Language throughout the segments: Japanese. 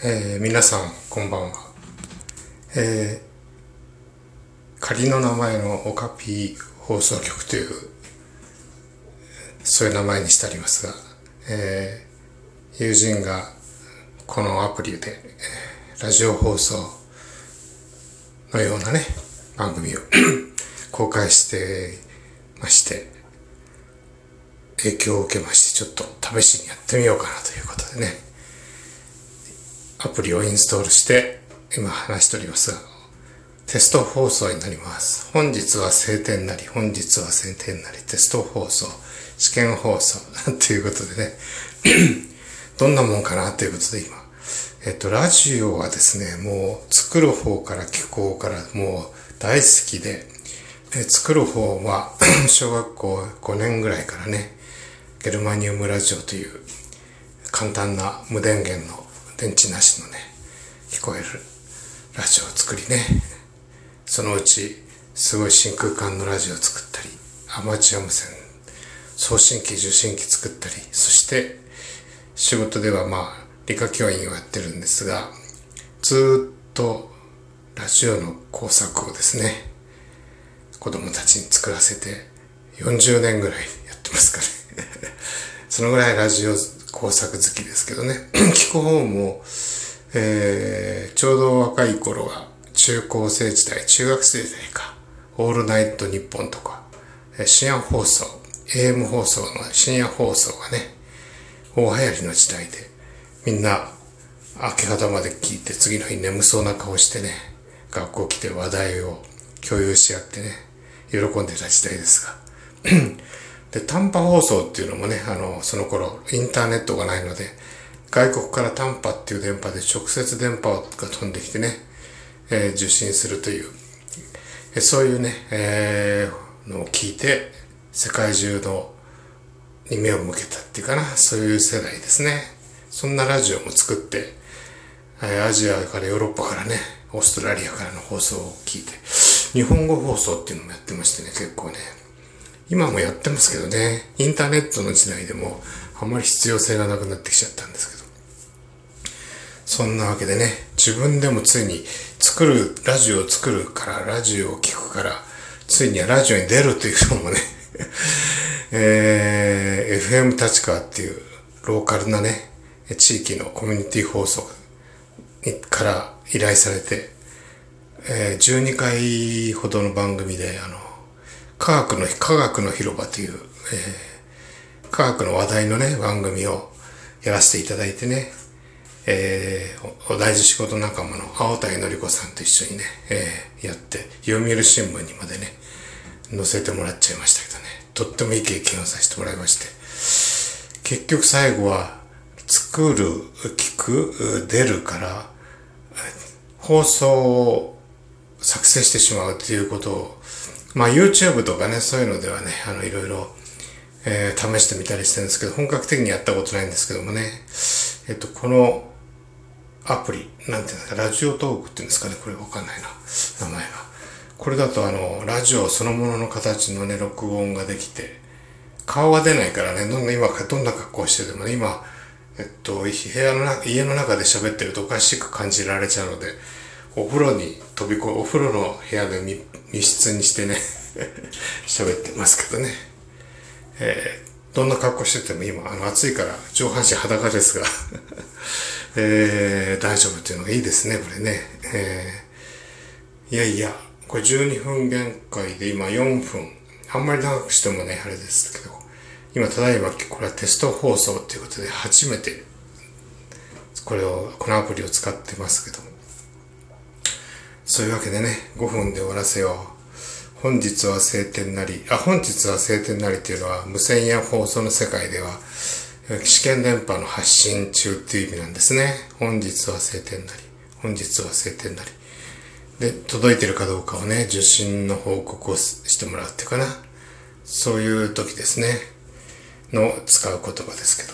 皆さんこんばんは。仮の名前のオカピー放送局というそういう名前にしてありますが、友人がこのアプリで、ラジオ放送のようなね番組を公開してまして、影響を受けまして、ちょっと試しにやってみようかなということでね、アプリをインストールして今話しておりますが、テスト放送になります。本日は晴天なり、本日は晴天なり、テスト放送、試験放送ということでねどんなもんかなということで今、ラジオはですね、もう作る方から聞く方からもう大好きで、作る方は小学校5年ぐらいからね、ゲルマニウムラジオという簡単な無電源の電池なしのね聞こえるラジオを作りね、そのうちすごい真空管のラジオを作ったり、アマチュア無線送信機受信機作ったり、そして仕事では理科教員をやってるんですが、ずっとラジオの工作をですね子供たちに作らせて40年ぐらいやってますからそのぐらいラジオ工作好きですけどね聞く方も、ちょうど若い頃は中高生時代、中学生時代か、オールナイトニッポンとか、深夜放送、AM 放送の深夜放送がね大流行りの時代で、みんな明け方まで聞いて次の日眠そうな顔してね、学校来て話題を共有し合ってね喜んでた時代ですがで、短波放送っていうのもね、その頃インターネットがないので、外国から短波っていう電波で直接電波が飛んできてね、受信するという、そういうね、のを聞いて世界中のに目を向けたっていうかな、そういう世代ですね。そんなラジオも作って、アジアからヨーロッパからね、オーストラリアからの放送を聞いて、日本語放送っていうのもやってましてね、結構ね、今もやってますけどね、インターネットの時代でもあまり必要性がなくなってきちゃったんですけど、そんなわけでね、自分でもついにラジオを作るから、ラジオを聞くから、ついにはラジオに出るというのもねFM 立川っていうローカルなね地域のコミュニティ放送から依頼されて、12回ほどの番組で科学の広場という、科学の話題のね番組をやらせていただいてね、同じ仕事仲間の青谷のり子さんと一緒にね、やって読売新聞にまでね載せてもらっちゃいましたけどね、とってもいい経験をさせてもらいまして、結局最後は作る、聞く、出るから放送を作成してしまうということを、YouTube とかね、そういうのではねいろいろ、試してみたりしてるんですけど、本格的にやったことないんですけどもね、このアプリなんていうんですか、ラジオトークっていうんですかね、これわかんないな名前が。これだとラジオそのものの形のね録音ができて、顔は出ないからね、今どんな格好しててもね、今家の中で喋ってるとおかしく感じられちゃうので、お風呂の部屋で密室にしてね喋ってますけどね、どんな格好してても今暑いから上半身裸ですが大丈夫っていうのがいいですね、これね。いやこれ12分限界で今4分、あんまり長くしてもねあれですけど、今ただいまこれはテスト放送っていうことで初めてこのアプリを使ってますけども、そういうわけでね5分で終わらせよう。本日は晴天なりっていうのは無線や放送の世界では試験電波の発信中っていう意味なんですね。本日は晴天なり、本日は晴天なりで、届いてるかどうかをね受信の報告をしてもらうっていうかな、そういう時ですねの使う言葉ですけ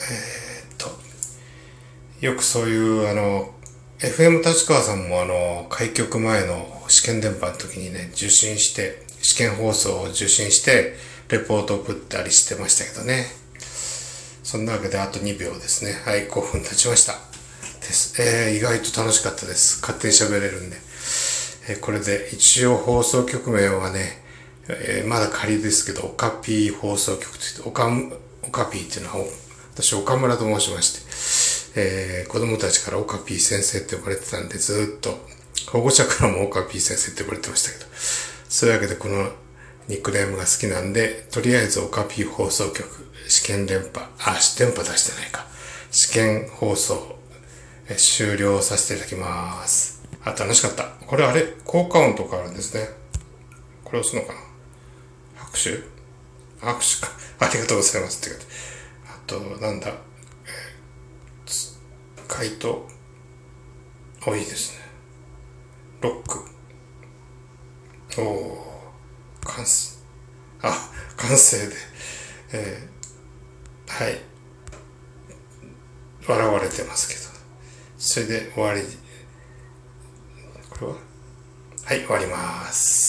ど、よくそういう FM 立川さんも開局前の試験電波の時にね受信して、試験放送を受信してレポートを送ったりしてましたけどね。そんなわけであと2秒ですね。はい、5分経ちました。テす。意外と楽しかったです。勝手に喋れるんで。これで一応放送局名はね、まだ仮ですけど、オカピー放送局といって、オカピーっていうのは、私岡村と申しまして、子供たちからオカピー先生って呼ばれてたんで、ずっと、保護者からもオカピー先生って呼ばれてましたけど、そういうわけでこのニックネームが好きなんで、とりあえずオカピー放送局、試験電波出してないか。試験放送、終了させていただきます。楽しかった。これ効果音とかあるんですね。これ押すのかな。拍手か。ありがとうございますって言って。あと、なんだ、回答。いいですね。ロック。完成で。はい。笑われてますけど。それで終わり。これははい、終わります。